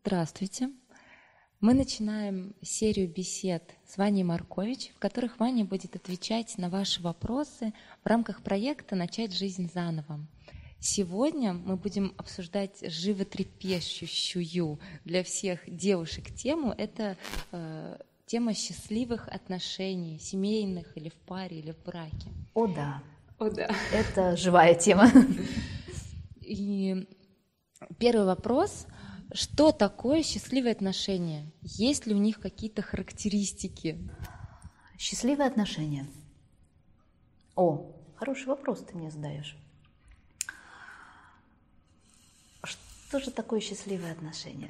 Здравствуйте. Мы начинаем серию бесед с Ваней Маркович, в которых Ваня будет отвечать на ваши вопросы в рамках проекта «Начать жизнь заново». Сегодня мы будем обсуждать животрепещущую для всех девушек тему. Это тема счастливых отношений, семейных или в паре, или в браке. О да, О да. это живая тема. И первый вопрос. Что такое счастливые отношения? Есть ли у них какие-то характеристики? Счастливые отношения. О, хороший вопрос ты мне задаешь. Что же такое счастливые отношения?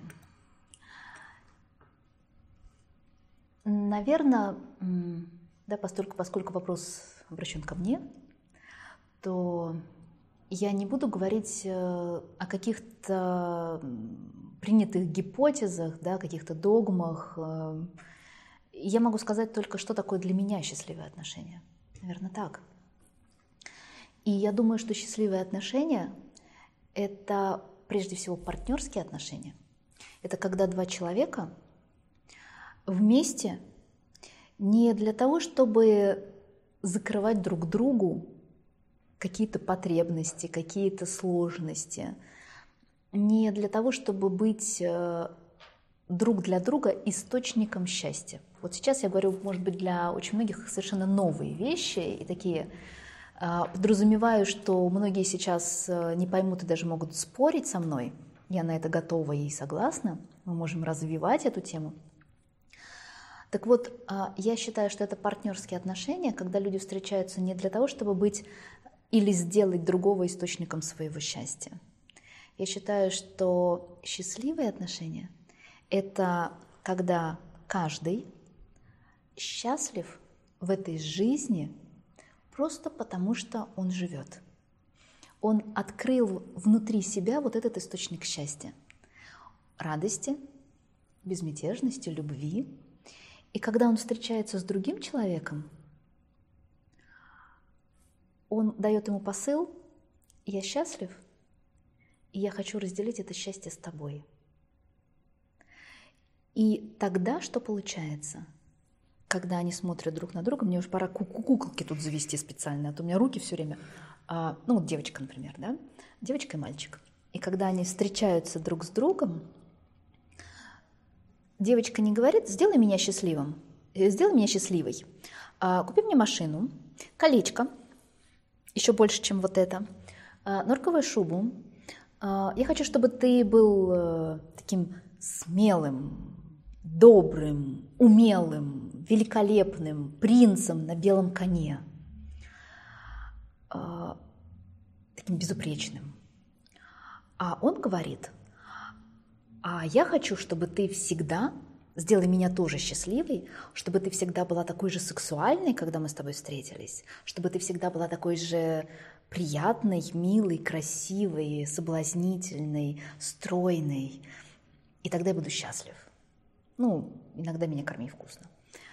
Наверное, да, поскольку вопрос обращен ко мне, то я не буду говорить о каких-то принятых гипотезах, да, каких-то догмах. Я могу сказать только, что такое для меня счастливые отношения. Наверное, так. И я думаю, что счастливые отношения – это прежде всего партнерские отношения. Это когда два человека вместе не для того, чтобы закрывать друг другу какие-то потребности, какие-то сложности, не для того, чтобы быть друг для друга источником счастья. Вот сейчас я говорю, может быть, для очень многих совершенно новые вещи и такие подразумеваю, что многие сейчас не поймут и даже могут спорить со мной. Я на это готова и согласна. Мы можем развивать эту тему. Так вот, я считаю, что это партнерские отношения, когда люди встречаются не для того, чтобы быть или сделать другого источником своего счастья. Я считаю, что счастливые отношения – это когда каждый счастлив в этой жизни просто потому, что он живет. Он открыл внутри себя вот этот источник счастья, радости, безмятежности, любви. И когда он встречается с другим человеком, он дает ему посыл: «Я счастлив, и я хочу разделить это счастье с тобой». И тогда что получается? Когда они смотрят друг на друга, мне уже пора куколки тут завести специально, а то у меня руки все время, ну вот девочка, например, да, девочка и мальчик. И когда они встречаются друг с другом, девочка не говорит: «Сделай меня счастливым, сделай меня счастливой, купи мне машину, колечко, еще больше, чем вот это, норковую шубу. Я хочу, чтобы ты был таким смелым, добрым, умелым, великолепным принцем на белом коне, таким безупречным». А он говорит: «А я хочу, чтобы ты всегда, сделай меня тоже счастливой, чтобы ты всегда была такой же сексуальной, когда мы с тобой встретились, чтобы ты всегда была такой же приятной, милой, красивой, соблазнительной, стройной, и тогда я буду счастлив. Ну, иногда меня корми вкусно.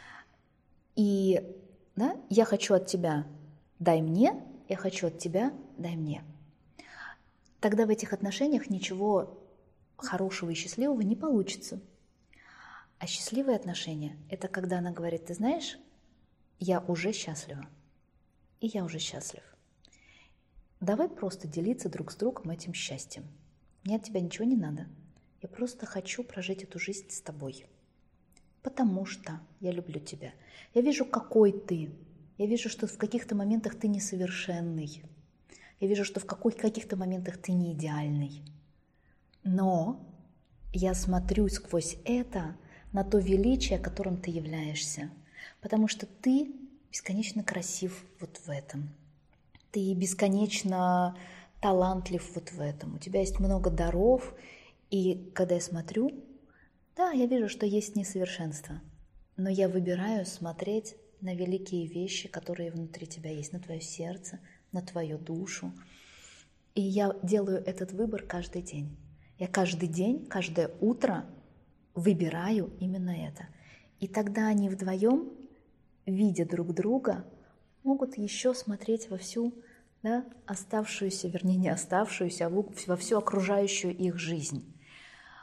И да, я хочу от тебя, дай мне, я хочу от тебя, дай мне». Тогда в этих отношениях ничего хорошего и счастливого не получится. А счастливые отношения – это когда она говорит: «Ты знаешь, я уже счастлива, и я уже счастлив. Давай просто делиться друг с другом этим счастьем. Мне от тебя ничего не надо. Я просто хочу прожить эту жизнь с тобой. Потому что я люблю тебя. Я вижу, какой ты. Я вижу, что в каких-то моментах ты несовершенный. Я вижу, что в каких-то моментах ты не идеальный. Но я смотрю сквозь это на то величие, которым ты являешься. Потому что ты бесконечно красив вот в этом. Ты бесконечно талантлив вот в этом. У тебя есть много даров. И когда я смотрю, да, я вижу, что есть несовершенство. Но я выбираю смотреть на великие вещи, которые внутри тебя есть, на твое сердце, на твою душу. И я делаю этот выбор каждый день. Я каждый день, каждое утро выбираю именно это. И тогда они вдвоем, видя друг друга, могут еще смотреть во всю, да, оставшуюся, вернее, не оставшуюся, а во всю окружающую их жизнь.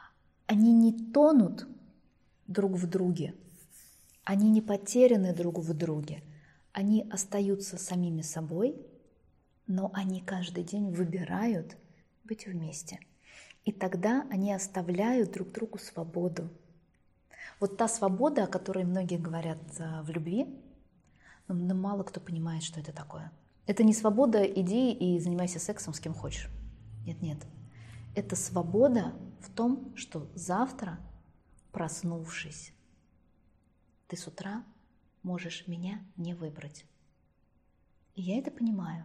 они не тонут друг в друге, они не потеряны друг в друге, они остаются самими собой, но они каждый день выбирают быть вместе. И тогда они оставляют друг другу свободу. Вот та свобода, о которой многие говорят в любви, но мало кто понимает, что это такое. Это не свобода, иди и занимайся сексом с кем хочешь. Нет. Это свобода в том, что завтра, проснувшись, ты с утра можешь меня не выбрать. И я это понимаю.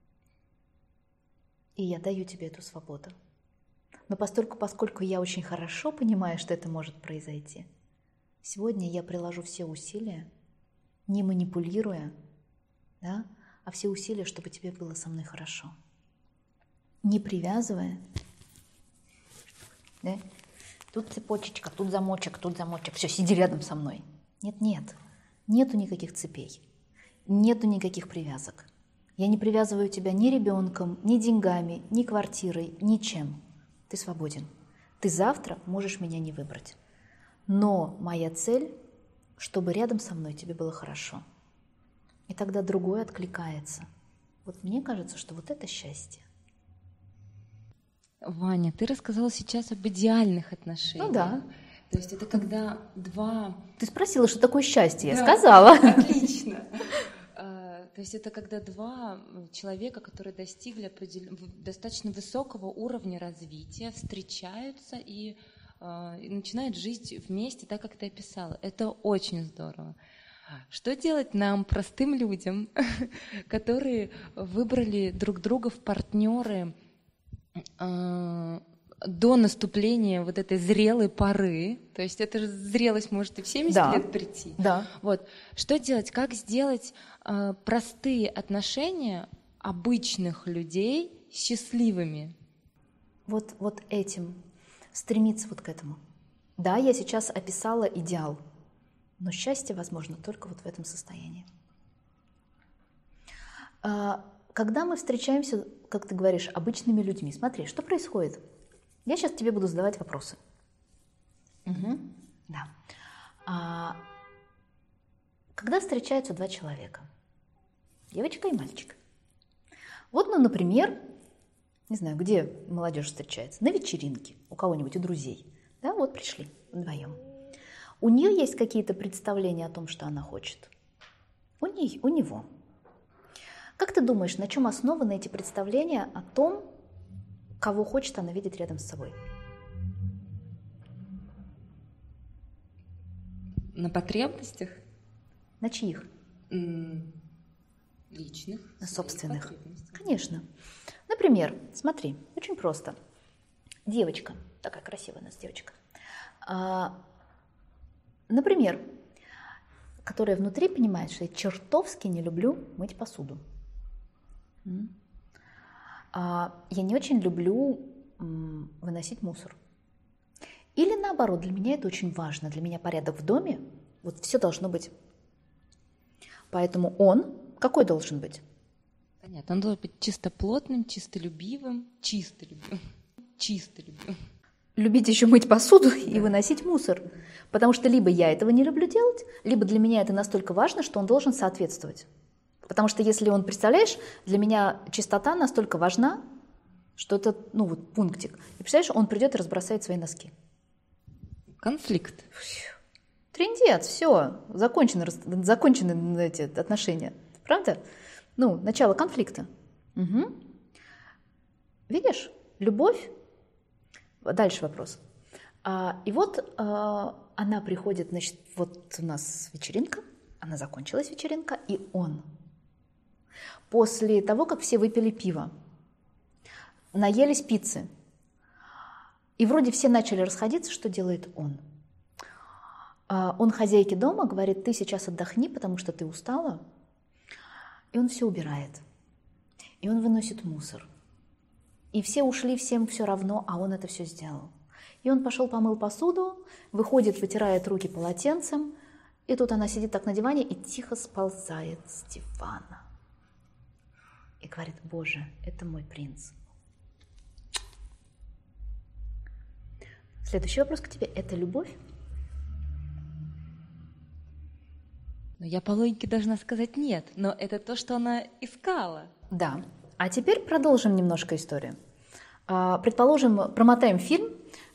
И я даю тебе эту свободу. Но поскольку я очень хорошо понимаю, что это может произойти, сегодня я приложу все усилия, не манипулируя, да, а все усилия, чтобы тебе было со мной хорошо. Не привязывая. Да? Тут цепочечка, тут замочек, все, сиди рядом со мной. Нет, нету никаких цепей, нету никаких привязок. Я не привязываю тебя ни ребенком, ни деньгами, ни квартирой, ничем. Ты свободен. Ты завтра можешь меня не выбрать. Но моя цель, чтобы рядом со мной тебе было хорошо. И тогда другой откликается. Вот мне кажется, что вот это счастье. Ваня, ты рассказала сейчас об идеальных отношениях. Ну да. То есть это когда два... Ты спросила, что такое счастье, Да, я сказала. Отлично. То есть это когда два человека, которые достигли достаточно высокого уровня развития, встречаются и начинают жить вместе, так как ты описала. Это очень здорово. Что делать нам, простым людям, которые выбрали друг друга в партнеры до наступления вот этой зрелой поры, то есть эта же зрелость может и в 70 лет прийти. Да. Вот. Что делать? Как сделать простые отношения обычных людей счастливыми? Вот этим, стремиться вот к этому. Да, я сейчас описала идеал, но счастье возможно только вот в этом состоянии. Когда мы встречаемся, как ты говоришь, обычными людьми, смотри, что происходит? Я сейчас тебе буду задавать вопросы. Угу. Да. Когда встречаются два человека, девочка и мальчик. Вот, ну, например, не знаю, где молодежь встречается, на вечеринке у кого-нибудь, у друзей. Да, вот пришли вдвоем. У нее есть какие-то представления о том, что она хочет? У него. Как ты думаешь, на чем основаны эти представления о том, кого хочет она видеть рядом с собой? На потребностях? На чьих? Личных. На собственных. Конечно. Например, смотри, очень просто. Девочка, такая красивая у нас девочка, например, которая внутри понимает, что я чертовски не люблю мыть посуду. Я не очень люблю выносить мусор. Или наоборот, для меня это очень важно, для меня порядок в доме, вот все должно быть. Поэтому он какой должен быть? Понятно, он должен быть чистоплотным, чистолюбивым. Любить еще мыть посуду и выносить мусор. Потому что либо я этого не люблю делать, либо для меня это настолько важно, что он должен соответствовать. Потому что если он, представляешь, для меня чистота настолько важна, что это, вот пунктик. И представляешь, он придет и разбросает свои носки. Конфликт. Трындец, все, закончены эти отношения. Правда? Начало конфликта. Угу. Видишь, любовь. Дальше вопрос. И вот она приходит, значит, вот у нас вечеринка, она закончилась вечеринка, и он. После того, как все выпили пиво, наелись пиццы, и вроде все начали расходиться, что делает он? Он хозяйке дома говорит: ты сейчас отдохни, потому что ты устала. И он все убирает. И он выносит мусор. И все ушли, всем все равно, а он это все сделал. И он пошел, помыл посуду, выходит, вытирает руки полотенцем, и тут она сидит так на диване и тихо сползает с дивана. И говорит: Боже, это мой принц. Следующий вопрос к тебе. Это любовь? Но я по логике должна сказать нет, но это то, что она искала. Да. А теперь продолжим немножко историю. Предположим, промотаем фильм.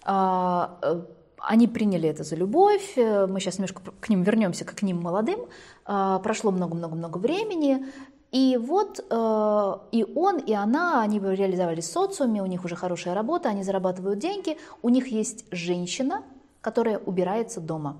Они приняли это за любовь. Мы сейчас немножко к ним вернемся, как к ним молодым. Прошло много-много-много времени. И вот и он, и она, они реализовались в социуме, у них уже хорошая работа, они зарабатывают деньги. У них есть женщина, которая убирается дома.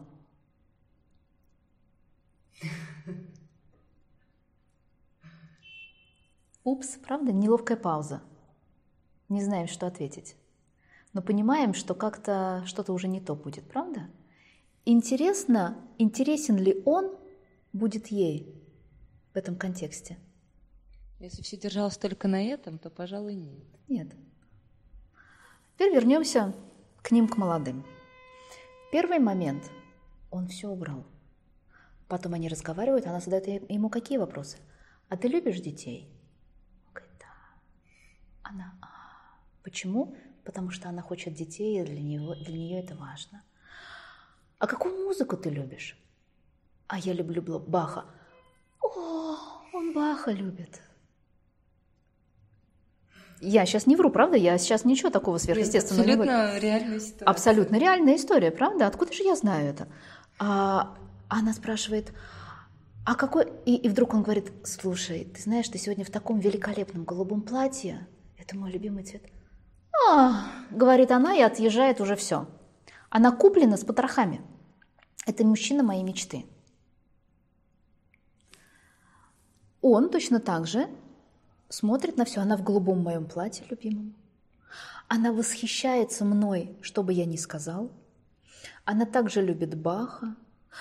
Упс, правда? Неловкая пауза. Не знаем, что ответить. Но понимаем, что как-то что-то уже не то будет, правда? Интересен ли он будет ей в этом контексте? Если все держалось только на этом, то, пожалуй, нет. Нет. Теперь вернемся к ним, к молодым. Первый момент. Он все убрал. Потом они разговаривают, она задает ему какие вопросы? А ты любишь детей? Он говорит, да. Она, почему? Потому что она хочет детей, и для нее это важно. А какую музыку ты любишь? А я люблю Баха. О, он Баха любит. Я сейчас не вру, правда? Я сейчас ничего такого сверхъестественного не говорю. Абсолютно реальная ситуация. Абсолютно реальная история, правда? Откуда же я знаю это? Она спрашивает, а какой... И вдруг он говорит, слушай, ты знаешь, ты сегодня в таком великолепном голубом платье. Это мой любимый цвет. Говорит она и отъезжает уже все. Она куплена с потрохами. Это мужчина моей мечты. Он точно так же смотрит на все. Она в голубом моем платье любимом. Она восхищается мной, что бы я ни сказал. Она также любит Баха.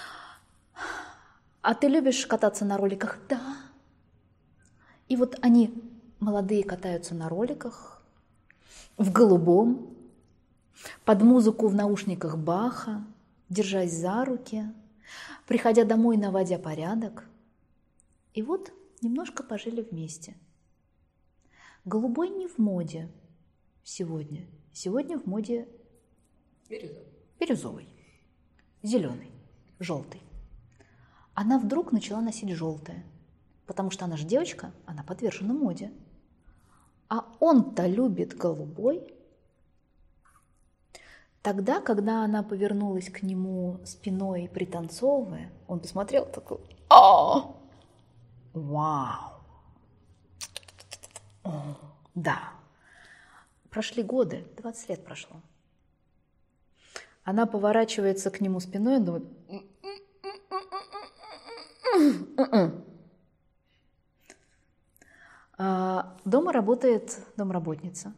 А ты любишь кататься на роликах? Да. И вот они, молодые, катаются на роликах, в голубом, под музыку в наушниках Баха, держась за руки, приходя домой, наводя порядок. И вот немножко пожили вместе. Голубой не в моде сегодня. Сегодня в моде бирюзовый, зеленый, желтый. Она вдруг начала носить желтое, потому что она же девочка, она подвержена моде. А он-то любит голубой. Тогда, когда она повернулась к нему спиной, пританцовывая, он посмотрел такой: вау! Да. Прошли годы, 20 лет прошло. Она поворачивается к нему спиной и думает: дома работает домработница.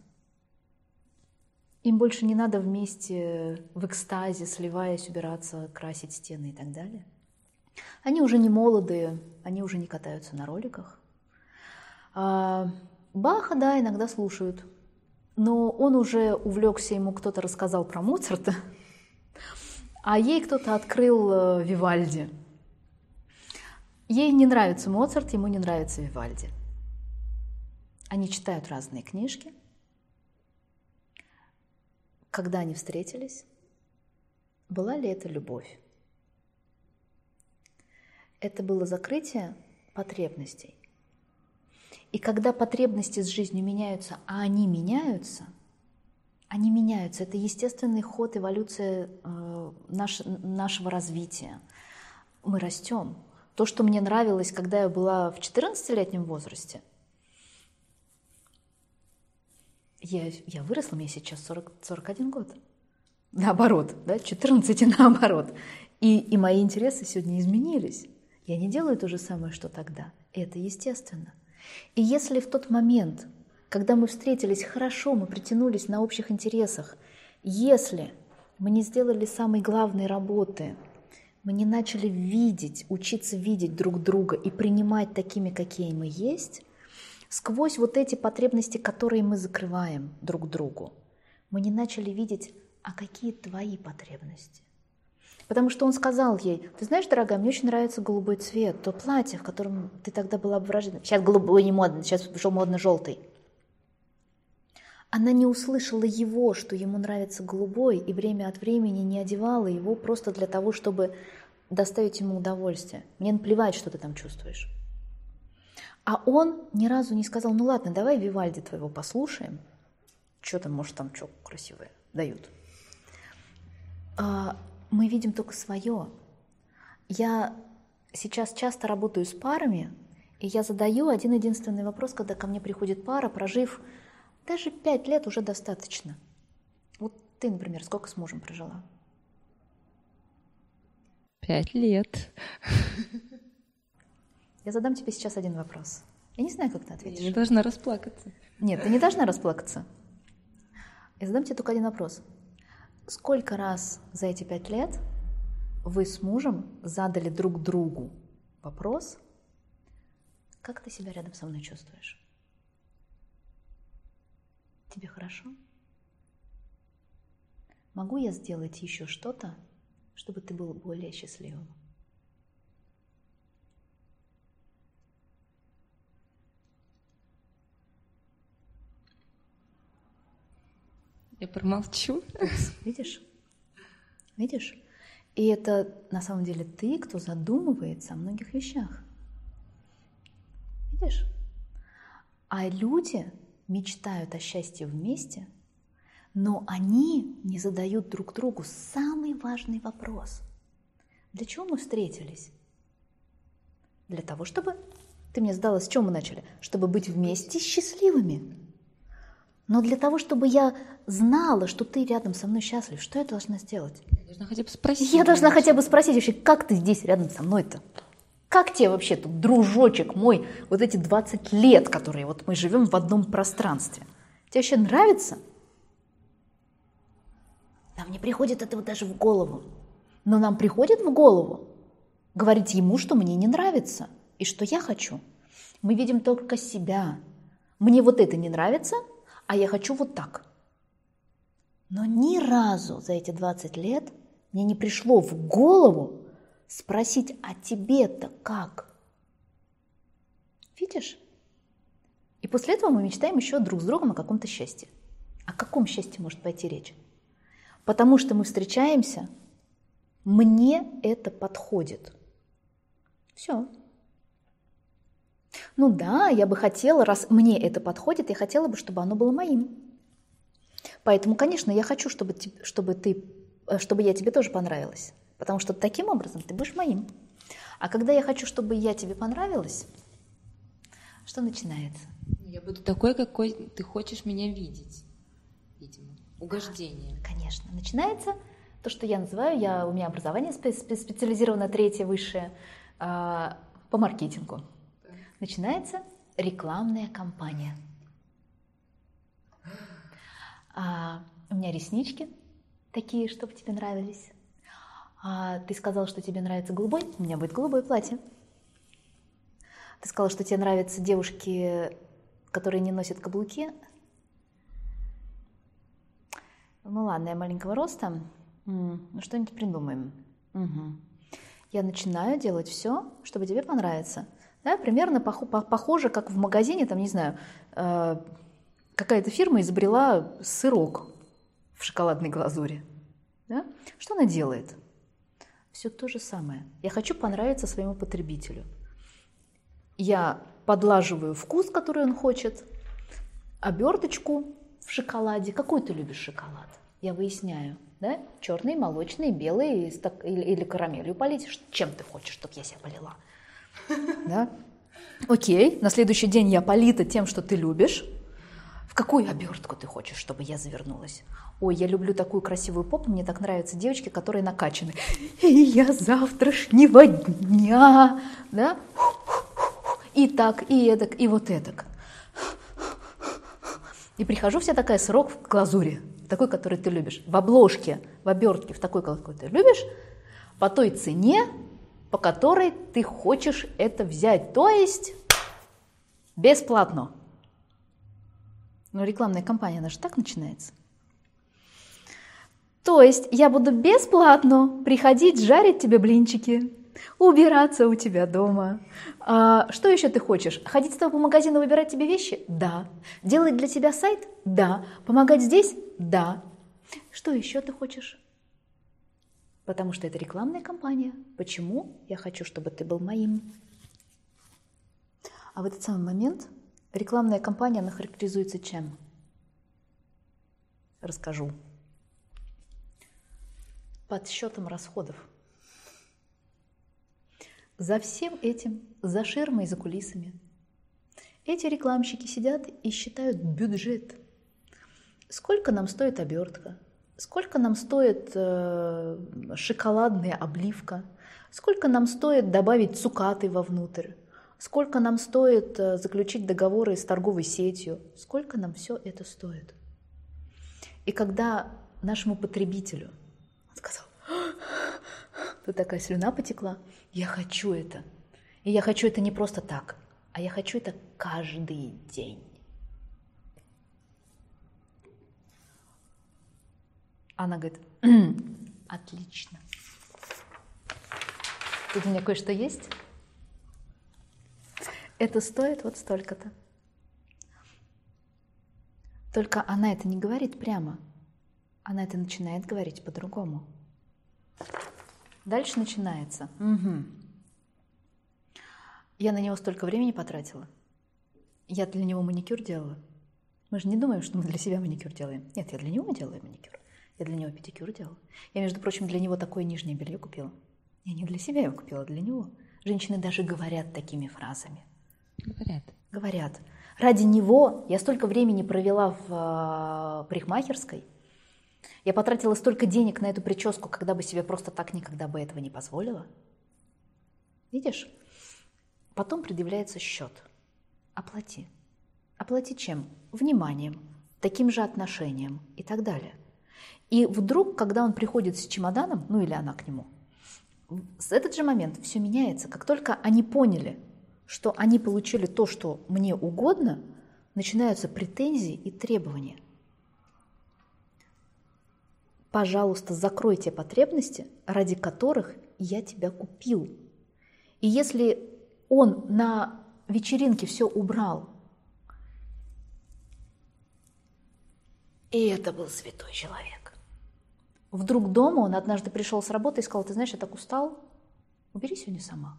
Им больше не надо вместе в экстазе, сливаясь, убираться, красить стены и так далее. Они уже не молодые, они уже не катаются на роликах. Баха, да, иногда слушают, но он уже увлекся, ему кто-то рассказал про Моцарта, а ей кто-то открыл Вивальди. Ей не нравится Моцарт, ему не нравится Вивальди. Они читают разные книжки. Когда они встретились, была ли это любовь? Это было закрытие потребностей. И когда потребности с жизнью меняются, а они меняются, это естественный ход эволюции нашего развития. Мы растем. То, что мне нравилось, когда я была в 14-летнем возрасте, я выросла, мне сейчас 41 год. Наоборот, да, 14 и наоборот. И мои интересы сегодня изменились. Я не делаю то же самое, что тогда. Это естественно. И если в тот момент, когда мы встретились, хорошо, мы притянулись на общих интересах, если мы не сделали самой главной работы, мы не начали учиться видеть друг друга и принимать такими, какие мы есть, сквозь вот эти потребности, которые мы закрываем друг другу, мы не начали видеть, а какие твои потребности. Потому что он сказал ей: ты знаешь, дорогая, мне очень нравится голубой цвет, то платье, в котором ты тогда была обворожена. Сейчас голубой не модно, сейчас пришел модно желтый. Она не услышала его, что ему нравится голубой, и время от времени не одевала его просто для того, чтобы доставить ему удовольствие. Мне наплевать, что ты там чувствуешь. А он ни разу не сказал: ну ладно, давай Вивальди твоего послушаем. Что там, может, там что красивое дают. Мы видим только свое. Я сейчас часто работаю с парами, и я задаю один единственный вопрос, когда ко мне приходит пара, прожив даже 5 лет уже достаточно. Вот ты, например, сколько с мужем прожила? 5 лет. Я задам тебе сейчас один вопрос. Я не знаю, как ты ответишь. Я не должна расплакаться. Нет, ты не должна расплакаться. Я задам тебе только один вопрос. Сколько раз за эти 5 лет вы с мужем задали друг другу вопрос: как ты себя рядом со мной чувствуешь? Тебе хорошо? Могу я сделать еще что-то, чтобы ты был более счастливым? Я промолчу. Видишь? Видишь? И это на самом деле ты, кто задумывается о многих вещах. Видишь? А люди мечтают о счастье вместе, но они не задают друг другу самый важный вопрос. Для чего мы встретились? Для того, чтобы... Ты мне задала, с чего мы начали? Чтобы быть вместе счастливыми. Но для того, чтобы я знала, что ты рядом со мной счастлив, что я должна сделать? Я должна хотя бы спросить. Я должна хотя бы спросить вообще, как ты здесь рядом со мной-то? Как тебе вообще тут, дружочек мой, вот эти 20 лет, которые вот мы живем в одном пространстве? Тебе вообще нравится? Нам не приходит этого даже в голову. Но нам приходит в голову говорить ему, что мне не нравится и что я хочу. Мы видим только себя. Мне вот это не нравится, а я хочу вот так. Но ни разу за эти 20 лет мне не пришло в голову спросить: а тебе-то как? Видишь? И после этого мы мечтаем еще друг с другом о каком-то счастье. О каком счастье может пойти речь? Потому что мы встречаемся, мне это подходит. Все. Ну да, я бы хотела, раз мне это подходит, я хотела бы, чтобы оно было моим. Поэтому, конечно, я хочу, чтобы я тебе тоже понравилась. Потому что таким образом ты будешь моим. А когда я хочу, чтобы я тебе понравилась, что начинается? Я буду такой, какой ты хочешь меня видеть. Видимо. Угождение. Конечно. Начинается то, что я называю, у меня образование специализировано 3-е высшее по маркетингу. Начинается рекламная кампания. У меня реснички такие, чтобы тебе нравились. Ты сказал, что тебе нравится голубой, у меня будет голубое платье. Ты сказал, что тебе нравятся девушки, которые не носят каблуки. Ну ладно, я маленького роста. Что-нибудь придумаем. Угу. Я начинаю делать все, чтобы тебе понравиться. Да, примерно похоже, как в магазине, там, не знаю, какая-то фирма изобрела сырок в шоколадной глазури. Да? Что она делает? Все то же самое. Я хочу понравиться своему потребителю. Я подлаживаю вкус, который он хочет, оберточку в шоколаде. Какой ты любишь шоколад? Я выясняю. Да? Черный, молочный, белый или карамелью полить. Чем ты хочешь, чтобы я себя полила? Да? Окей, на следующий день я полита тем, что ты любишь. В какую обертку ты хочешь, чтобы я завернулась? Ой, я люблю такую красивую попу, мне так нравятся девочки, которые накачаны. И я завтрашнего дня, да? И так, и эдак, и вот эдак. И прихожу вся такая сырок в глазури, такой, который ты любишь, в обложке, в обертке, в такой, какой ты любишь, по той цене, по которой ты хочешь это взять, то есть бесплатно. Но рекламная кампания, она же так начинается. То есть я буду бесплатно приходить жарить тебе блинчики, убираться у тебя дома. Что еще ты хочешь? Ходить с тобой по магазину, выбирать тебе вещи? Да. Делать для тебя сайт? Да. Помогать здесь? Да. Что еще ты хочешь? Потому что это рекламная кампания. Почему я хочу, чтобы ты был моим? А в этот самый момент рекламная кампания, она характеризуется чем? Расскажу. Подсчетом расходов. За всем этим, за ширмой, за кулисами, эти рекламщики сидят и считают бюджет. Сколько нам стоит обертка? Сколько нам стоит шоколадная обливка? Сколько нам стоит добавить цукаты вовнутрь? Сколько нам стоит заключить договоры с торговой сетью? Сколько нам все это стоит? И когда нашему потребителю он сказал, тут такая слюна потекла, я хочу это. И я хочу это не просто так, а я хочу это каждый день. Она говорит, отлично. Тут у меня кое-что есть. Это стоит вот столько-то. Только она это не говорит прямо. Она это начинает говорить по-другому. Дальше начинается. Я на него столько времени потратила. Я для него маникюр делала. Мы же не думаем, что мы для себя маникюр делаем. Нет, я для него делаю маникюр. Я для него педикюр делала. Я, между прочим, для него такое нижнее белье купила. Я не для себя его купила, а для него. Женщины даже говорят такими фразами. Говорят. Ради него я столько времени провела в парикмахерской. Я потратила столько денег на эту прическу, когда бы себе просто так никогда бы этого не позволила. Видишь? Потом предъявляется счет. Оплати. Оплати чем? Вниманием, таким же отношением и так далее. И вдруг, когда он приходит с чемоданом, ну или она к нему, в этот же момент все меняется. Как только они поняли, что они получили то, что мне угодно, начинаются претензии и требования. Пожалуйста, закрой те потребности, ради которых я тебя купил. И если он на вечеринке все убрал, и это был святой человек, вдруг дома он однажды пришел с работы и сказал, ты знаешь, я так устал, убери сегодня сама.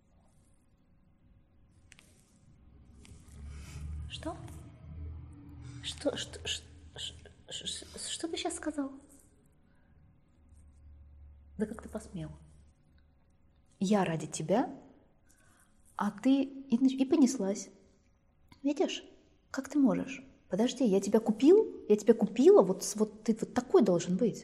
Что? Что ты сейчас сказал? Да как ты посмел? Я ради тебя, а ты и понеслась. Видишь, как ты можешь? Подожди, я тебя купила, вот ты вот такой должен быть.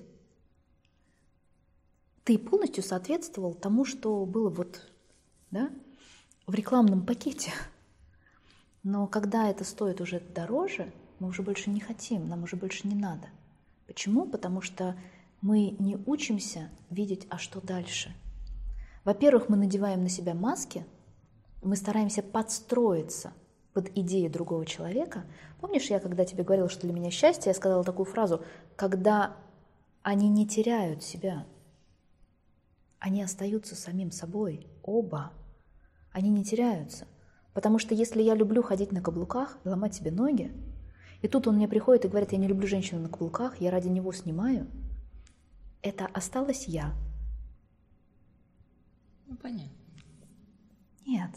Ты полностью соответствовал тому, что было вот, да, в рекламном пакете. Но когда это стоит уже дороже, мы уже больше не хотим, нам уже больше не надо. Почему? Потому что мы не учимся видеть, а что дальше. Во-первых, мы надеваем на себя маски, мы стараемся подстроиться под идеи другого человека. Помнишь, я когда тебе говорила, что для меня счастье, я сказала такую фразу, когда они не теряют себя, они остаются самим собой, оба, они не теряются. Потому что если я люблю ходить на каблуках и ломать себе ноги, и тут он мне приходит и говорит, я не люблю женщину на каблуках, я ради него снимаю, это осталась я. Ну, понятно. Нет.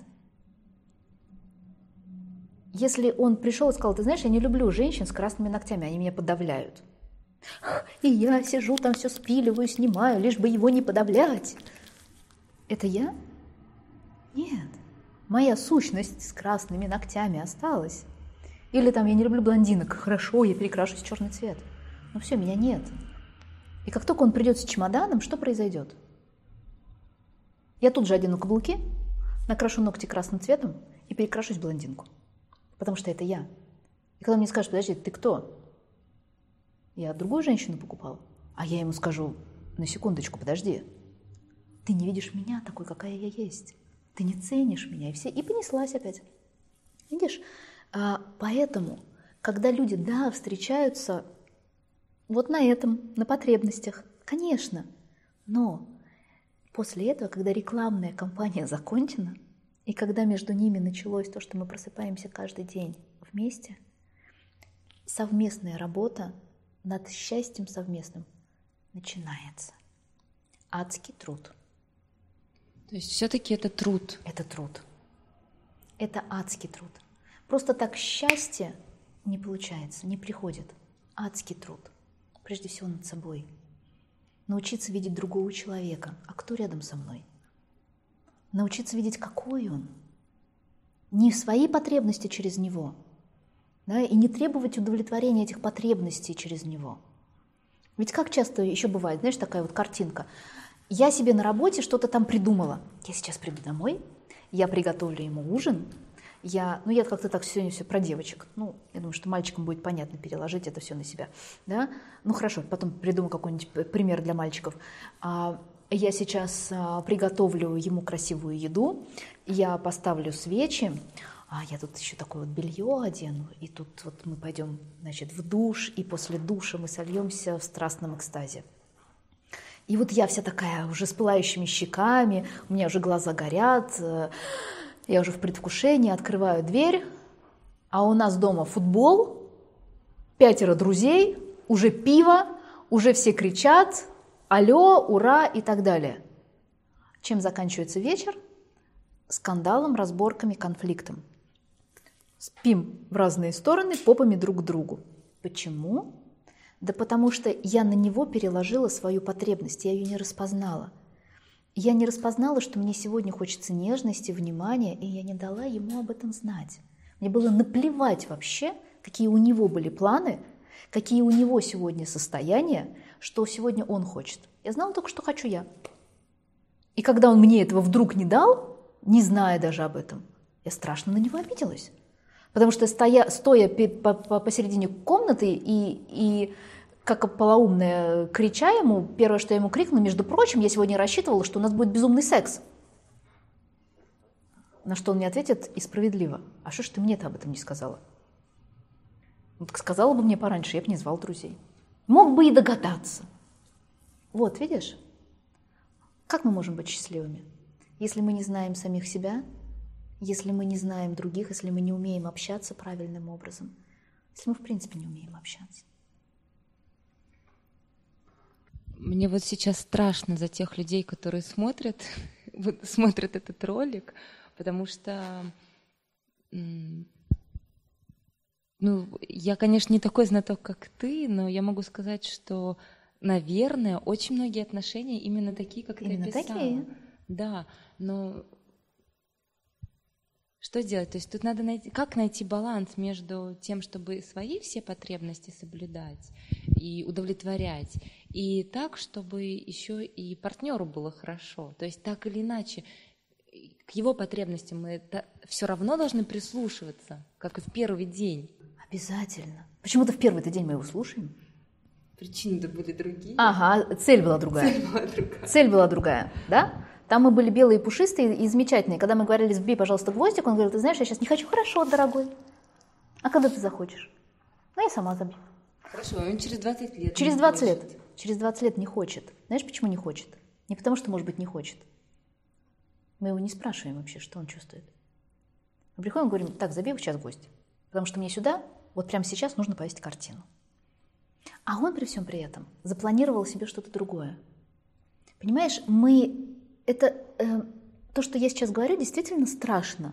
Если он пришел и сказал, ты знаешь, я не люблю женщин с красными ногтями, они меня подавляют. И я сижу там, все спиливаю, снимаю, лишь бы его не подавлять. Это я? Нет. Моя сущность с красными ногтями осталась. Или там, я не люблю блондинок, хорошо, я перекрашусь в черный цвет. Но все, меня нет. И как только он придет с чемоданом, что произойдет? Я тут же одену каблуки, накрашу ногти красным цветом и перекрашусь в блондинку. Потому что это я. И когда он мне скажет, подожди, ты кто? Я другую женщину покупал. А я ему скажу, на секундочку, подожди. Ты не видишь меня такой, какая я есть. Ты не ценишь меня. И понеслась опять. Видишь? Поэтому, когда люди, да, встречаются вот на этом, на потребностях, конечно, но После этого, когда рекламная кампания закончена, и когда между ними началось то, что мы просыпаемся каждый день вместе, совместная работа над счастьем совместным начинается. Адский труд. То есть все-таки это труд. Это труд. Это адский труд. Просто так счастье не получается, не приходит. Адский труд. Прежде всего над собой. Научиться видеть другого человека. А кто рядом со мной? Научиться видеть, какой он. Не свои потребности через него, да, и не требовать удовлетворения этих потребностей через него. Ведь как часто еще бывает, знаешь, такая вот картинка. Я себе на работе что-то там придумала. Я сейчас приду домой, я приготовлю ему ужин. Я как-то так сегодня все про девочек. Я думаю, что мальчикам будет понятно переложить это все на себя. Да? Хорошо, потом придумаю какой-нибудь пример для мальчиков. Я сейчас приготовлю ему красивую еду, я поставлю свечи, я тут еще такое вот белье одену, и тут вот мы пойдем, значит, в душ, и после душа мы сольемся в страстном экстазе. И вот я вся такая уже с пылающими щеками, у меня уже глаза горят, я уже в предвкушении, открываю дверь, а у нас дома футбол, 5 друзей, уже пиво, уже все кричат: алло, ура и так далее. Чем заканчивается вечер? Скандалом, разборками, конфликтом. Спим в разные стороны, попами друг к другу. Почему? Да потому что я на него переложила свою потребность, я ее не распознала. Я не распознала, что мне сегодня хочется нежности, внимания, и я не дала ему об этом знать. Мне было наплевать вообще, какие у него были планы, какие у него сегодня состояния, что сегодня он хочет. Я знала только, что хочу я. И когда он мне этого вдруг не дал, не зная даже об этом, я страшно на него обиделась. Потому что стоя посередине комнаты и как полоумная крича ему, первое, что я ему крикнула: между прочим, я сегодня рассчитывала, что у нас будет безумный секс. На что он мне ответит, и справедливо: а что ж ты мне-то об этом не сказала? Так сказала бы мне пораньше, я бы не звал друзей. Мог бы и догадаться. Вот, видишь, как мы можем быть счастливыми, если мы не знаем самих себя, если мы не знаем других, если мы не умеем общаться правильным образом, если мы в принципе не умеем общаться. Мне вот сейчас страшно за тех людей, которые смотрят этот ролик, потому что я, конечно, не такой знаток, как ты, но я могу сказать, что, наверное, очень многие отношения именно такие, как именно ты описала. Такие. Да, но что делать? То есть тут надо найти баланс между тем, чтобы свои все потребности соблюдать и удовлетворять, и так, чтобы еще и партнеру было хорошо. То есть так или иначе к его потребностям мы все равно должны прислушиваться, как и в первый день. Обязательно. Почему-то в первый-то день мы его слушаем. Причины-то были другие. Ага, цель была другая. Цель была другая, да? Там мы были белые, пушистые и замечательные. Когда мы говорили: сбей, пожалуйста, гвоздик, он говорил: ты знаешь, я сейчас не хочу. Хорошо, дорогой. А когда ты захочешь? Я сама забью. Хорошо, он через 20 лет. Через 20 лет. Через 20 лет не хочет. Знаешь, почему не хочет? Не потому, что, может быть, не хочет. Мы его не спрашиваем вообще, что он чувствует. Мы приходим и говорим: так, забей сейчас гвоздь. Потому что мне сюда, вот прямо сейчас нужно повесить картину. А он при всем при этом запланировал себе что-то другое. Понимаешь, то, что я сейчас говорю, действительно страшно.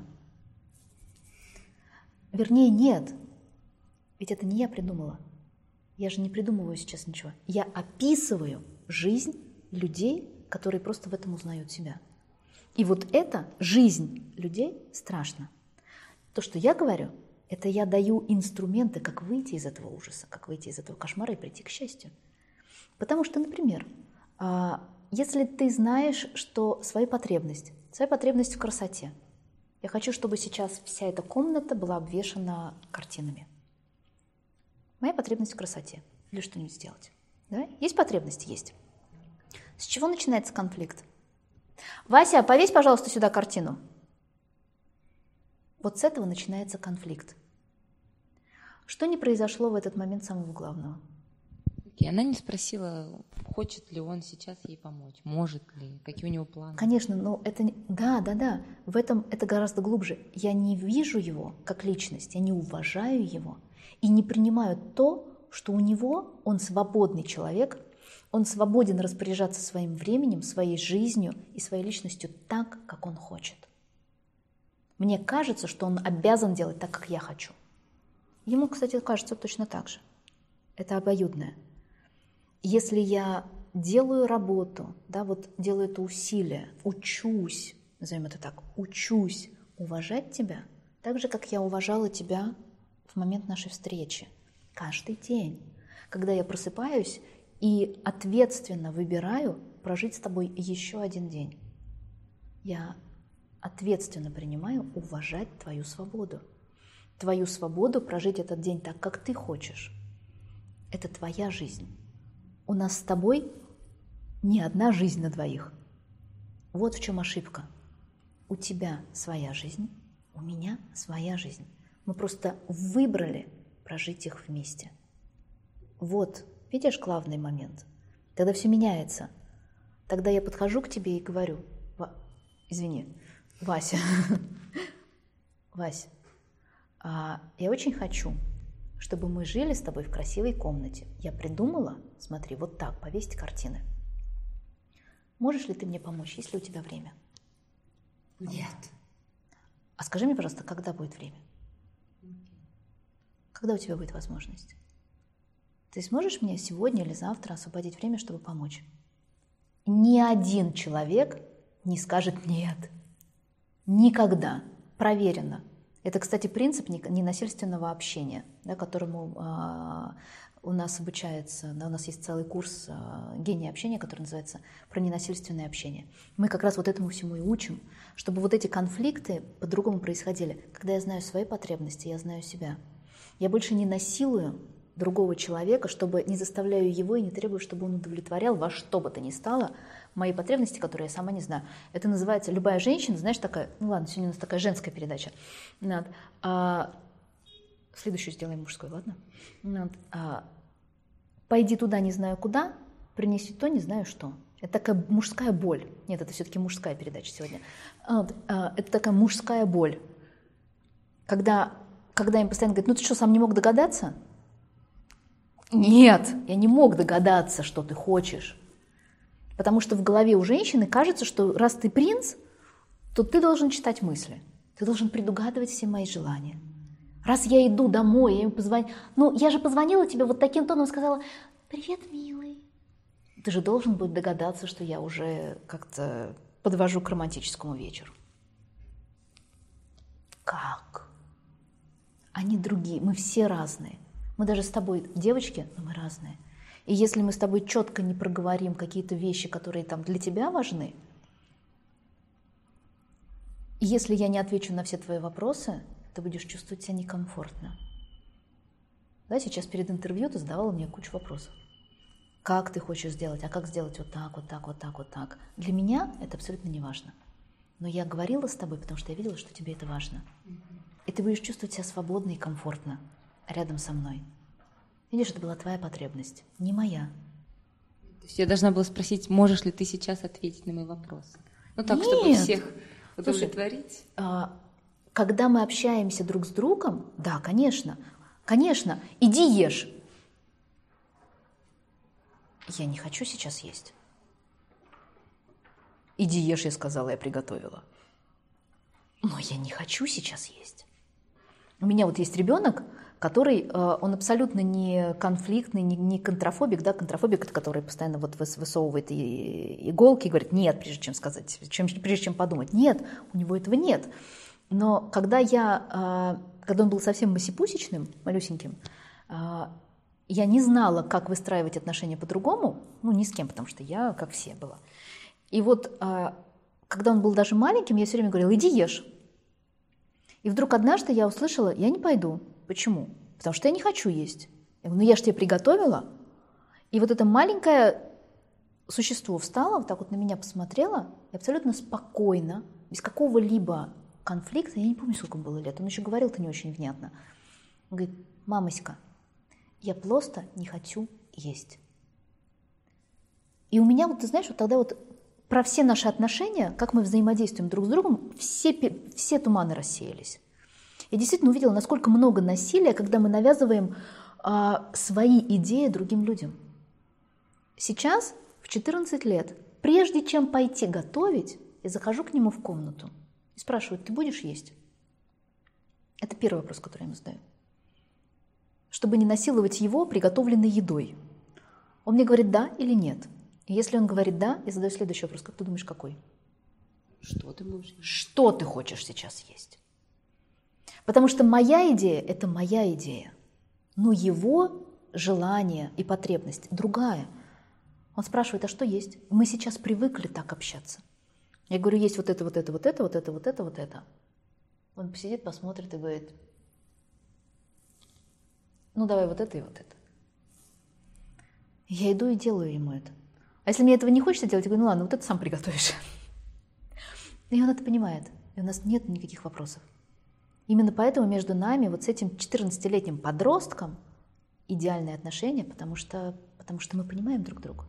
Вернее, нет. Ведь это не я придумала. Я же не придумываю сейчас ничего. Я описываю жизнь людей, которые просто в этом узнают себя. И вот эта жизнь людей страшна. То, что я говорю, это я даю инструменты, как выйти из этого ужаса, как выйти из этого кошмара и прийти к счастью. Потому что, например, если ты знаешь, что своя потребность в красоте. Я хочу, чтобы сейчас вся эта комната была обвешана картинами. Моя потребность в красоте. Или что-нибудь сделать. Да? Есть потребность? Есть. С чего начинается конфликт? Вася, повесь, пожалуйста, сюда картину. Вот с этого начинается конфликт. Что не произошло в этот момент самого главного? И она не спросила, хочет ли он сейчас ей помочь, может ли, какие у него планы. Конечно, но это... Да. В этом это гораздо глубже. Я не вижу его как личность, я не уважаю его и не принимаю то, что у него, он свободный человек, он свободен распоряжаться своим временем, своей жизнью и своей личностью так, как он хочет. Мне кажется, что он обязан делать так, как я хочу. Ему, кстати, кажется точно так же. Это обоюдное. Если я делаю работу, делаю это усилие, учусь, назовем это так, учусь уважать тебя, так же, как я уважала тебя в момент нашей встречи, каждый день, когда я просыпаюсь и ответственно выбираю прожить с тобой еще один день. Я ответственно принимаю уважать твою свободу прожить этот день так, как ты хочешь. Это твоя жизнь. У нас с тобой не одна жизнь на двоих. Вот в чем ошибка. У тебя своя жизнь, у меня своя жизнь. Мы просто выбрали прожить их вместе. Вот, видишь, главный момент. Тогда все меняется. Тогда я подхожу к тебе и говорю, Вася, Вась, я очень хочу, чтобы мы жили с тобой в красивой комнате. Я придумала, смотри, вот так, повесить картины. Можешь ли ты мне помочь, есть ли у тебя время? Нет. А скажи мне, пожалуйста, когда будет время? Когда у тебя будет возможность? Ты сможешь мне сегодня или завтра освободить время, чтобы помочь? Ни один человек не скажет «нет». Никогда. Проверено. Это, кстати, принцип ненасильственного общения, которому у нас обучается, у нас есть целый курс «Гений общения», который называется «Про ненасильственное общение». Мы как раз вот этому всему и учим, чтобы вот эти конфликты по-другому происходили. Когда я знаю свои потребности, я знаю себя. Я больше не насилую другого человека, чтобы не заставляю его и не требую, чтобы он удовлетворял во что бы то ни стало мои потребности, которые я сама не знаю. Это называется любая женщина, знаешь, такая, ну ладно, сегодня у нас такая женская передача. Следующую сделаем мужской, ладно? Пойди туда, не знаю куда, принеси то, не знаю что. Это такая мужская боль. Нет, это все-таки мужская передача сегодня. Это такая мужская боль. Когда им постоянно говорят, ну ты что, сам не мог догадаться? Нет, я не мог догадаться, что ты хочешь. Потому что в голове у женщины кажется, что раз ты принц, то ты должен читать мысли. Ты должен предугадывать все мои желания. Раз я иду домой, я ему позвоню. Ну, я же позвонила тебе вот таким тоном, сказала, привет, милый. Ты же должен быть догадаться, что я уже как-то подвожу к романтическому вечеру. Как? Они другие, мы все разные. Мы даже с тобой девочки, но мы разные. И если мы с тобой четко не проговорим какие-то вещи, которые там для тебя важны, и если я не отвечу на все твои вопросы, ты будешь чувствовать себя некомфортно. Да, сейчас перед интервью ты задавала мне кучу вопросов. Как ты хочешь сделать? А как сделать вот так, вот так, вот так, вот так? Для меня это абсолютно не важно. Но я говорила с тобой, потому что я видела, что тебе это важно. И ты будешь чувствовать себя свободно и комфортно рядом со мной. Видишь, это была твоя потребность, не моя. То есть я должна была спросить, можешь ли ты сейчас ответить на мои вопросы? Ну так, Нет. чтобы всех удовлетворить. Слушай, когда мы общаемся друг с другом, да, конечно, конечно, иди ешь. Я не хочу сейчас есть. Иди ешь, я сказала, я приготовила. Но я не хочу сейчас есть. У меня вот есть ребенок, который, он абсолютно не конфликтный, не контрафобик, да, контрафобик, это который постоянно вот высовывает иголки и говорит нет, прежде чем сказать, прежде чем подумать. Нет, у него этого нет. Но когда он был совсем масипусечным, малюсеньким, я не знала, как выстраивать отношения по-другому, ну, ни с кем, потому что я, как все, была. И вот, когда он был даже маленьким, я все время говорила, иди ешь. И вдруг однажды я услышала, я не пойду. Почему? Потому что я не хочу есть. Я говорю, ну я же тебе приготовила. И вот это маленькое существо встало, вот так вот на меня посмотрело, и абсолютно спокойно, без какого-либо конфликта, я не помню, сколько было лет, он еще говорил-то не очень внятно. Он говорит, мамоська, я просто не хочу есть. И у меня, вот ты знаешь, вот тогда вот про все наши отношения, как мы взаимодействуем друг с другом, все туманы рассеялись. Я действительно увидела, насколько много насилия, когда мы навязываем свои идеи другим людям. Сейчас, в 14 лет, прежде чем пойти готовить, я захожу к нему в комнату и спрашиваю: ты будешь есть? Это первый вопрос, который я ему задаю. Чтобы не насиловать его приготовленной едой. Он мне говорит да или нет. И если он говорит да, я задаю следующий вопрос: как ты думаешь, какой? Что ты будешь есть? Что ты хочешь сейчас есть? Потому что моя идея – это моя идея. Но его желание и потребность другая. Он спрашивает: а что есть? Мы сейчас привыкли так общаться. Я говорю: есть вот это, вот это, вот это, вот это, вот это, вот это. Он посидит, посмотрит и говорит: ну давай вот это и вот это. Я иду и делаю ему это. А если мне этого не хочется делать, я говорю: ну ладно, вот это сам приготовишь. И он это понимает. И у нас нет никаких вопросов. Именно поэтому между нами, вот с этим 14-летним подростком, идеальные отношения, потому что мы понимаем друг друга.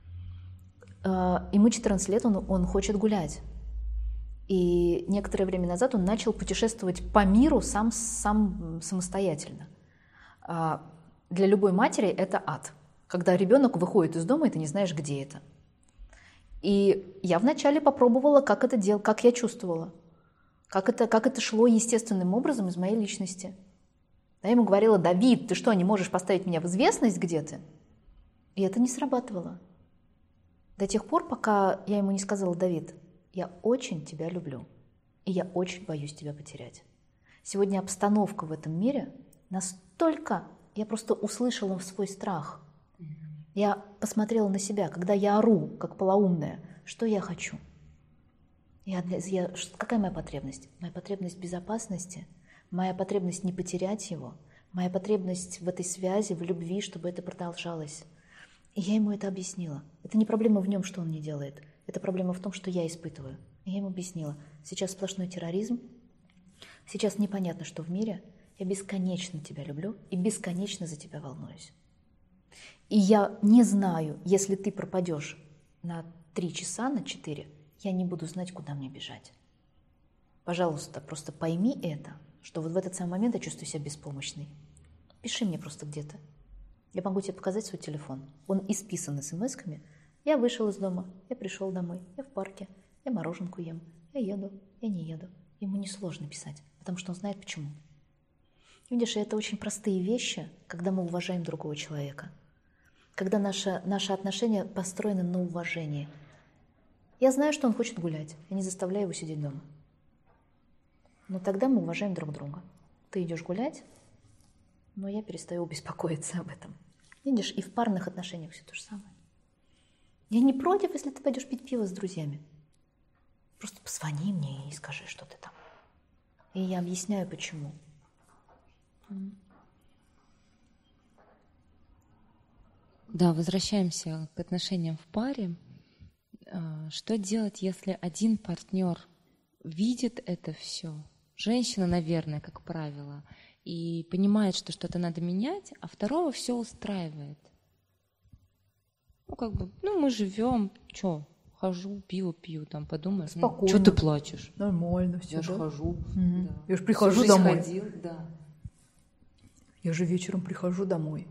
Ему 14 лет, он хочет гулять. И некоторое время назад он начал путешествовать по миру сам самостоятельно. Для любой матери это ад, когда ребенок выходит из дома, и ты не знаешь, где это. И я вначале попробовала, как это делать, как я чувствовала, как это шло естественным образом из моей личности. Я ему говорила: Давид, ты что, не можешь поставить меня в известность, где ты? И это не срабатывало. До тех пор, пока я ему не сказала: Давид, я очень тебя люблю, и я очень боюсь тебя потерять. Сегодня обстановка в этом мире настолько... Я просто услышала свой страх. Я посмотрела на себя, когда я ору, как полоумная, что я хочу. Какая моя потребность? Моя потребность в безопасности, моя потребность не потерять его, моя потребность в этой связи, в любви, чтобы это продолжалось. И я ему это объяснила. Это не проблема в нем, что он не делает. Это проблема в том, что я испытываю. И я ему объяснила: сейчас сплошной терроризм, сейчас непонятно, что в мире. Я бесконечно тебя люблю и бесконечно за тебя волнуюсь. И я не знаю, если ты пропадешь на 3 часа, на 4, я не буду знать, куда мне бежать. Пожалуйста, просто пойми это, что вот в этот самый момент я чувствую себя беспомощной. Пиши мне просто где-то. Я могу тебе показать свой телефон. Он исписан смс-ками. Я вышел из дома, я пришел домой, я в парке, я мороженку ем, я еду, я не еду. Ему несложно писать, потому что он знает почему. Видишь, это очень простые вещи, когда мы уважаем другого человека. Когда наши отношения построены на уважении. Я знаю, что он хочет гулять, я не заставляю его сидеть дома. Но тогда мы уважаем друг друга. Ты идешь гулять, но я перестаю беспокоиться об этом. Видишь, и в парных отношениях все то же самое. Я не против, если ты пойдешь пить пиво с друзьями. Просто позвони мне и скажи, что ты там. И я объясняю, почему. Да, возвращаемся к отношениям в паре. Что делать, если один партнер видит это все? Женщина, наверное, как правило, и понимает, что что-то надо менять, а второго все устраивает. Мы живем, хожу, пиво пью, там подумаешь, спокойно. Что ты плачешь? Нормально все. Я же хожу. Угу. Да. Я же прихожу домой. Ходил, да. Я же вечером прихожу домой.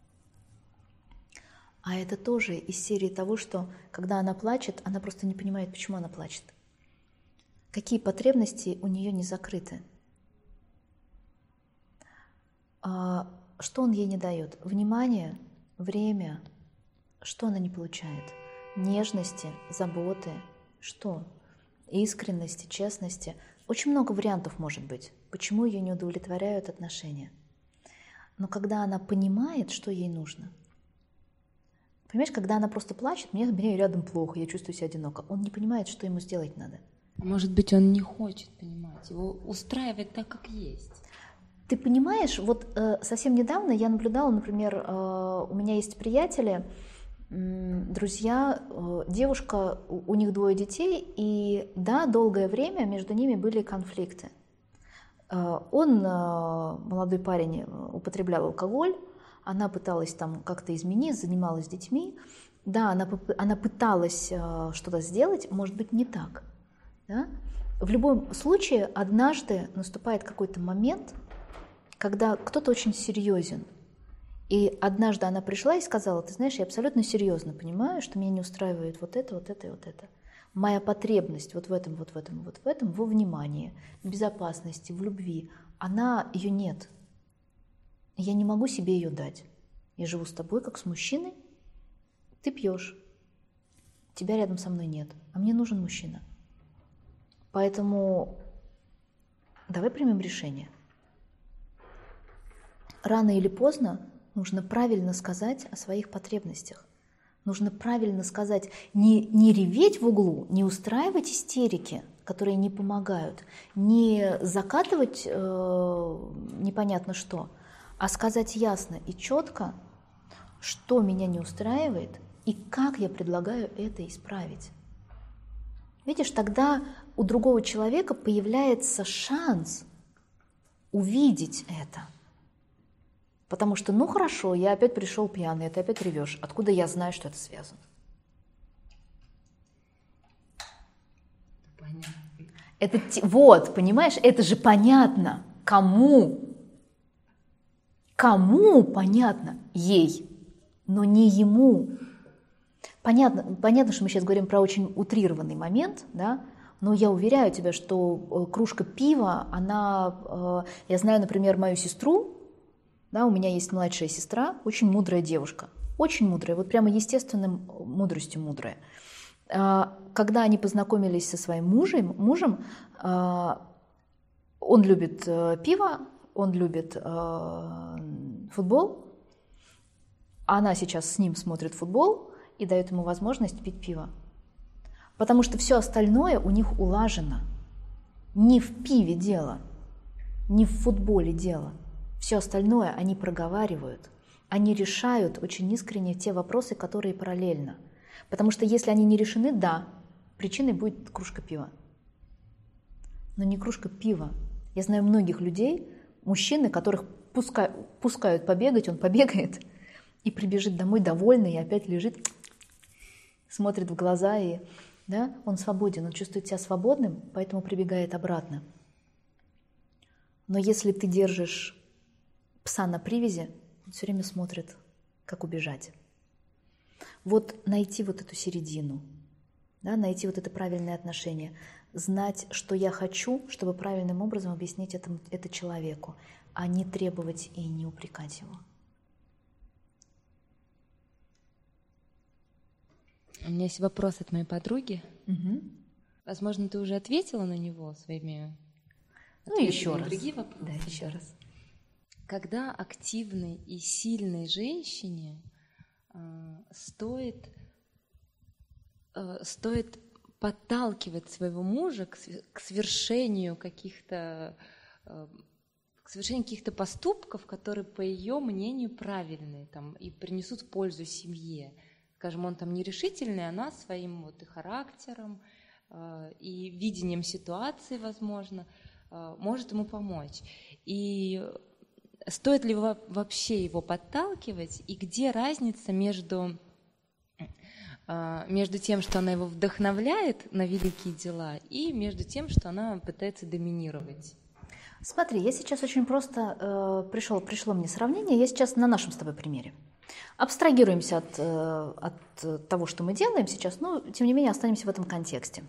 А это тоже из серии того, что когда она плачет, она просто не понимает, почему она плачет. Какие потребности у нее не закрыты. Что он ей не дает? Внимание, время. Что она не получает? Нежности, заботы. Что? Искренности, честности. Очень много вариантов может быть, почему ее не удовлетворяют отношения. Но когда она понимает, что ей нужно. Понимаешь, когда она просто плачет, мне рядом плохо, я чувствую себя одиноко. Он не понимает, что ему сделать надо. Может быть, он не хочет понимать, его устраивает так, как есть. Ты понимаешь, вот совсем недавно я наблюдала, например, у меня есть приятели, друзья, девушка, у них 2 детей, и да, долгое время между ними были конфликты. Он, молодой парень, употреблял алкоголь, она пыталась там как-то изменить, занималась детьми, да, она пыталась что-то сделать, может быть, не так. Да? В любом случае, однажды наступает какой-то момент, когда кто-то очень серьезен. И однажды она пришла и сказала: ты знаешь, я абсолютно серьезно понимаю, что меня не устраивает вот это, вот это и вот это. Моя потребность вот в этом, вот в этом, вот в этом, во внимании, в безопасности, в любви, ее нет. Я не могу себе ее дать. Я живу с тобой, как с мужчиной. Ты пьешь. Тебя рядом со мной нет. А мне нужен мужчина. Поэтому давай примем решение. Рано или поздно нужно правильно сказать о своих потребностях. Нужно правильно сказать, не реветь в углу, не устраивать истерики, которые не помогают, не закатывать непонятно что, а сказать ясно и четко, что меня не устраивает и как я предлагаю это исправить. Видишь, тогда у другого человека появляется шанс увидеть это. Потому что, ну хорошо, я опять пришел пьяный, ты опять ревешь. Откуда я знаю, что это связано? Понятно. Вот, понимаешь, это же понятно. Кому? Кому понятно? Ей, но не ему. Понятно, что мы сейчас говорим про очень утрированный момент, да? Но я уверяю тебя, что кружка пива, я знаю, например, мою сестру, да, у меня есть младшая сестра, очень мудрая девушка, очень мудрая, вот прямо естественной мудростью мудрая. Когда они познакомились со своим мужем, он любит пиво, он любит футбол, она сейчас с ним смотрит футбол и дает ему возможность пить пиво. Потому что все остальное у них улажено. Не в пиве дело, не в футболе дело. Все остальное они проговаривают, они решают очень искренне те вопросы, которые параллельно. Потому что если они не решены, да, причиной будет кружка пива. Но не кружка пива. Я знаю многих людей, мужчины, которых пускают побегать, он побегает и прибежит домой довольный, и опять лежит, смотрит в глаза, и да, он свободен, он чувствует себя свободным, поэтому прибегает обратно. Но если ты держишь пса на привязи, он все время смотрит, как убежать. Вот найти вот эту середину, да, найти вот это правильное отношение, знать, что я хочу, чтобы правильным образом объяснить это человеку, а не требовать и не упрекать его. У меня есть вопрос от моей подруги. Угу. Возможно, ты уже ответила на него своими ответами еще на другие вопросы. Да, еще раз. Когда активной и сильной женщине стоит подталкивать своего мужа к совершению каких-то поступков, которые, по ее мнению, правильные там, и принесут пользу семье. Скажем, он там нерешительный, она своим вот и характером, и видением ситуации, возможно, может ему помочь. И стоит ли вообще его подталкивать, и где разница между тем, что она его вдохновляет на великие дела, и между тем, что она пытается доминировать? Смотри, я сейчас очень просто пришло мне сравнение, я сейчас на нашем с тобой примере. Абстрагируемся от того, что мы делаем сейчас, но тем не менее останемся в этом контексте.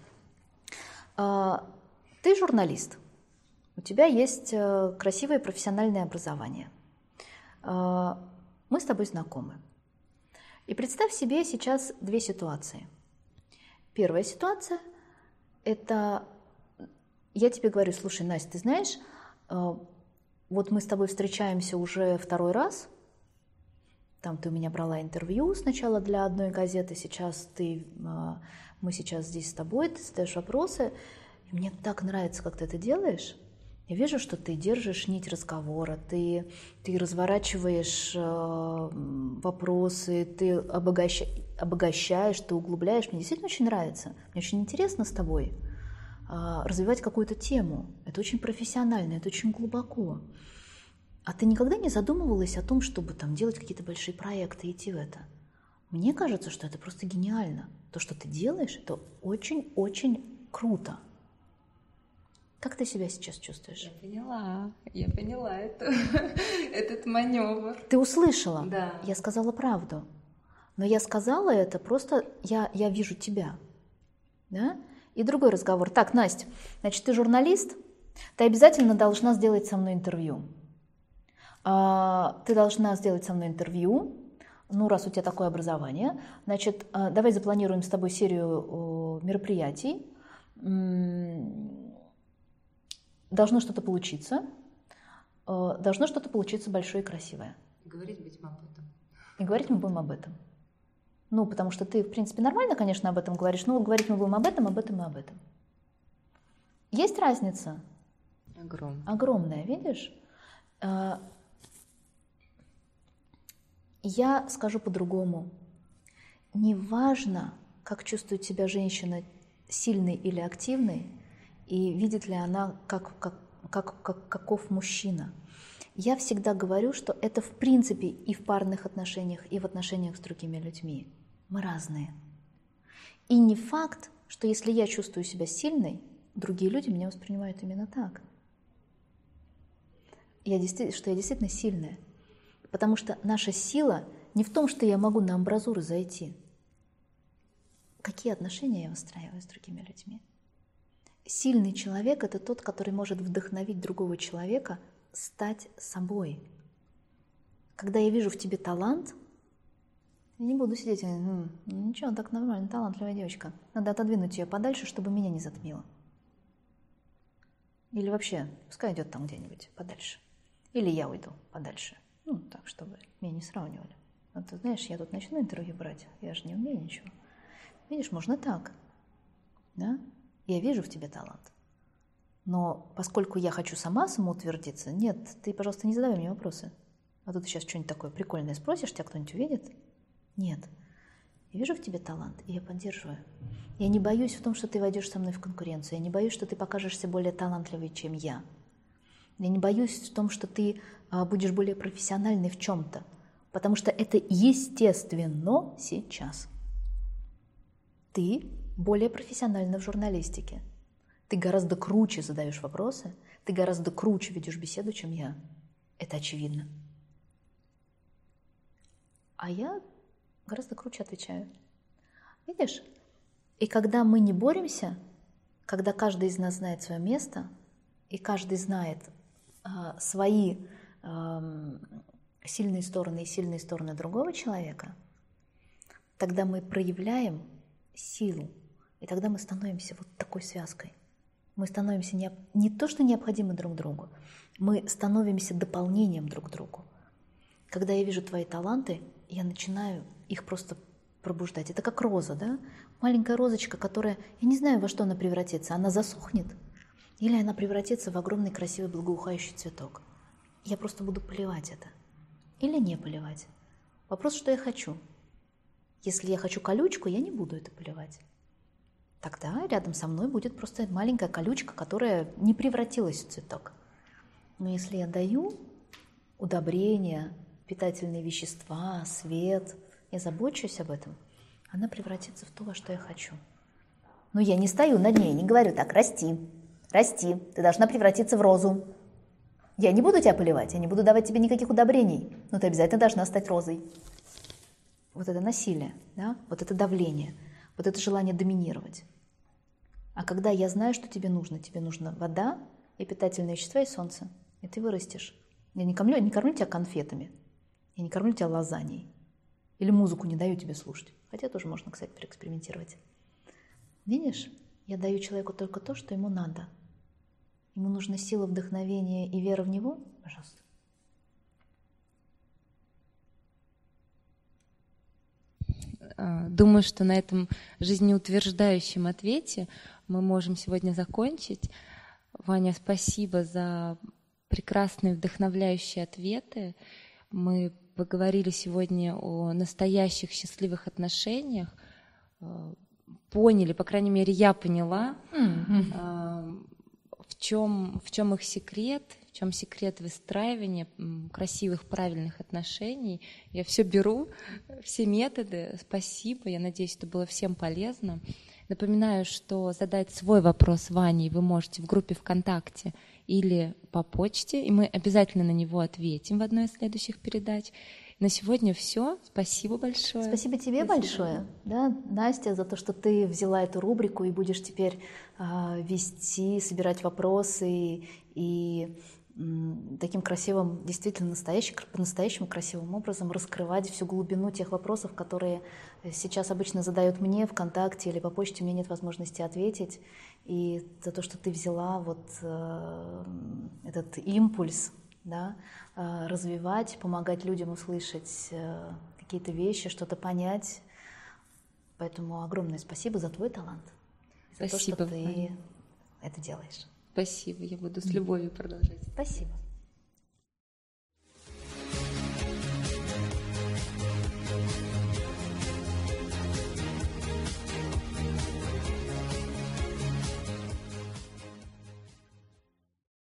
Ты журналист, у тебя есть красивое профессиональное образование. Мы с тобой знакомы. И представь себе сейчас две ситуации. Первая ситуация – это я тебе говорю: слушай, Настя, ты знаешь, вот мы с тобой встречаемся уже второй раз. Там ты у меня брала интервью сначала для одной газеты, мы сейчас здесь с тобой, ты задаешь вопросы. И мне так нравится, как ты это делаешь. Я вижу, что ты держишь нить разговора, ты разворачиваешь вопросы, ты обогащаешь, ты углубляешь. Мне действительно очень нравится. Мне очень интересно с тобой развивать какую-то тему. Это очень профессионально, это очень глубоко. А ты никогда не задумывалась о том, чтобы там делать какие-то большие проекты, идти в это? Мне кажется, что это просто гениально. То, что ты делаешь, это очень-очень круто. Как ты себя сейчас чувствуешь? Я поняла этот маневр. Ты услышала? Да. Я сказала правду. Но я сказала это просто, я вижу тебя. Да? И другой разговор. Так, Настя, значит, ты журналист, ты обязательно должна сделать со мной интервью. Ты должна сделать со мной интервью, ну, раз у тебя такое образование. Значит, давай запланируем с тобой серию мероприятий. Должно что-то получиться. Должно что-то получиться большое и красивое. И говорить будем об этом. И говорить мы будем об этом. Ну, потому что ты, в принципе, нормально, конечно, об этом говоришь, но говорить мы будем об этом и об этом. Есть разница? Огромная, видишь? Я скажу по-другому. Неважно, как чувствует себя женщина, сильной или активной, и видит ли она, каков мужчина. Я всегда говорю, что это в принципе и в парных отношениях, и в отношениях с другими людьми. Мы разные. И не факт, что если я чувствую себя сильной, другие люди меня воспринимают именно так. Что я действительно сильная. Потому что наша сила не в том, что я могу на амбразуры зайти. Какие отношения я выстраиваю с другими людьми? Сильный человек – это тот, который может вдохновить другого человека стать собой. Когда я вижу в тебе талант, я не буду сидеть и говорить, ничего, так нормально, талантливая девочка. Надо отодвинуть ее подальше, чтобы меня не затмило. Или вообще, пускай идет там где-нибудь подальше. Или я уйду подальше. Ну, так, чтобы меня не сравнивали. А ты знаешь, я тут начну интервью брать, я же не умею ничего. Видишь, можно так. Да? Я вижу в тебе талант. Но поскольку я хочу сама самоутвердиться, нет, ты, пожалуйста, не задавай мне вопросы. А то ты сейчас что-нибудь такое прикольное спросишь, тебя кто-нибудь увидит? Нет. Я вижу в тебе талант, и я поддерживаю. Я не боюсь в том, что ты войдешь со мной в конкуренцию. Я не боюсь, что ты покажешься более талантливой, чем я. Я не боюсь в том, что ты будешь более профессиональной в чем-то. Потому что это естественно сейчас. Ты более профессиональна в журналистике. Ты гораздо круче задаешь вопросы, ты гораздо круче ведешь беседу, чем я. Это очевидно. А я гораздо круче отвечаю. Видишь? И когда мы не боремся, когда каждый из нас знает свое место, и каждый знает свои сильные стороны и сильные стороны другого человека, тогда мы проявляем силу, и тогда мы становимся вот такой связкой. Мы становимся не то, что необходимы друг другу, мы становимся дополнением друг к другу. Когда я вижу твои таланты, я начинаю их просто пробуждать. Это как роза, да? Маленькая розочка, которая, я не знаю, во что она превратится. Она засохнет или она превратится в огромный красивый благоухающий цветок. Я просто буду поливать это. Или не поливать. Вопрос, что я хочу. Если я хочу колючку, я не буду это поливать. Тогда рядом со мной будет просто маленькая колючка, которая не превратилась в цветок. Но если я даю удобрения, питательные вещества, свет, я забочусь об этом, она превратится в то, во что я хочу. Но я не стою над ней, не говорю так: расти, расти, ты должна превратиться в розу. Я не буду тебя поливать, я не буду давать тебе никаких удобрений, но ты обязательно должна стать розой. Вот это насилие, да? Вот это давление, вот это желание доминировать. А когда я знаю, что тебе нужна вода и питательные вещества и солнце, и ты вырастешь. Я не кормлю тебя конфетами, я не кормлю тебя лазаньей. Или музыку не даю тебе слушать. Хотя тоже можно, кстати, проэкспериментировать. Видишь, я даю человеку только то, что ему надо. Ему нужна сила, вдохновение и вера в него? Пожалуйста. Думаю, что на этом жизнеутверждающем ответе мы можем сегодня закончить. Ваня, спасибо за прекрасные вдохновляющие ответы. Мы поговорили сегодня о настоящих счастливых отношениях, поняли, по крайней мере, я поняла, в чем их секрет, в чем секрет выстраивания красивых, правильных отношений. Я все беру, все методы. Спасибо, я надеюсь, это было всем полезно. Напоминаю, что задать свой вопрос Ване вы можете в группе ВКонтакте или по почте, и мы обязательно на него ответим в одной из следующих передач. На сегодня все. Спасибо большое. Спасибо тебе большое, да, Настя, за то, что ты взяла эту рубрику и будешь теперь вести, собирать вопросы и таким красивым, действительно по-настоящему красивым образом раскрывать всю глубину тех вопросов, которые сейчас обычно задают мне ВКонтакте или по почте, у меня нет возможности ответить. И за то, что ты взяла вот этот импульс, да, развивать, помогать людям услышать какие-то вещи, что-то понять. Поэтому огромное спасибо за твой талант, за то, что ты это делаешь. Спасибо, я буду с любовью продолжать. Спасибо.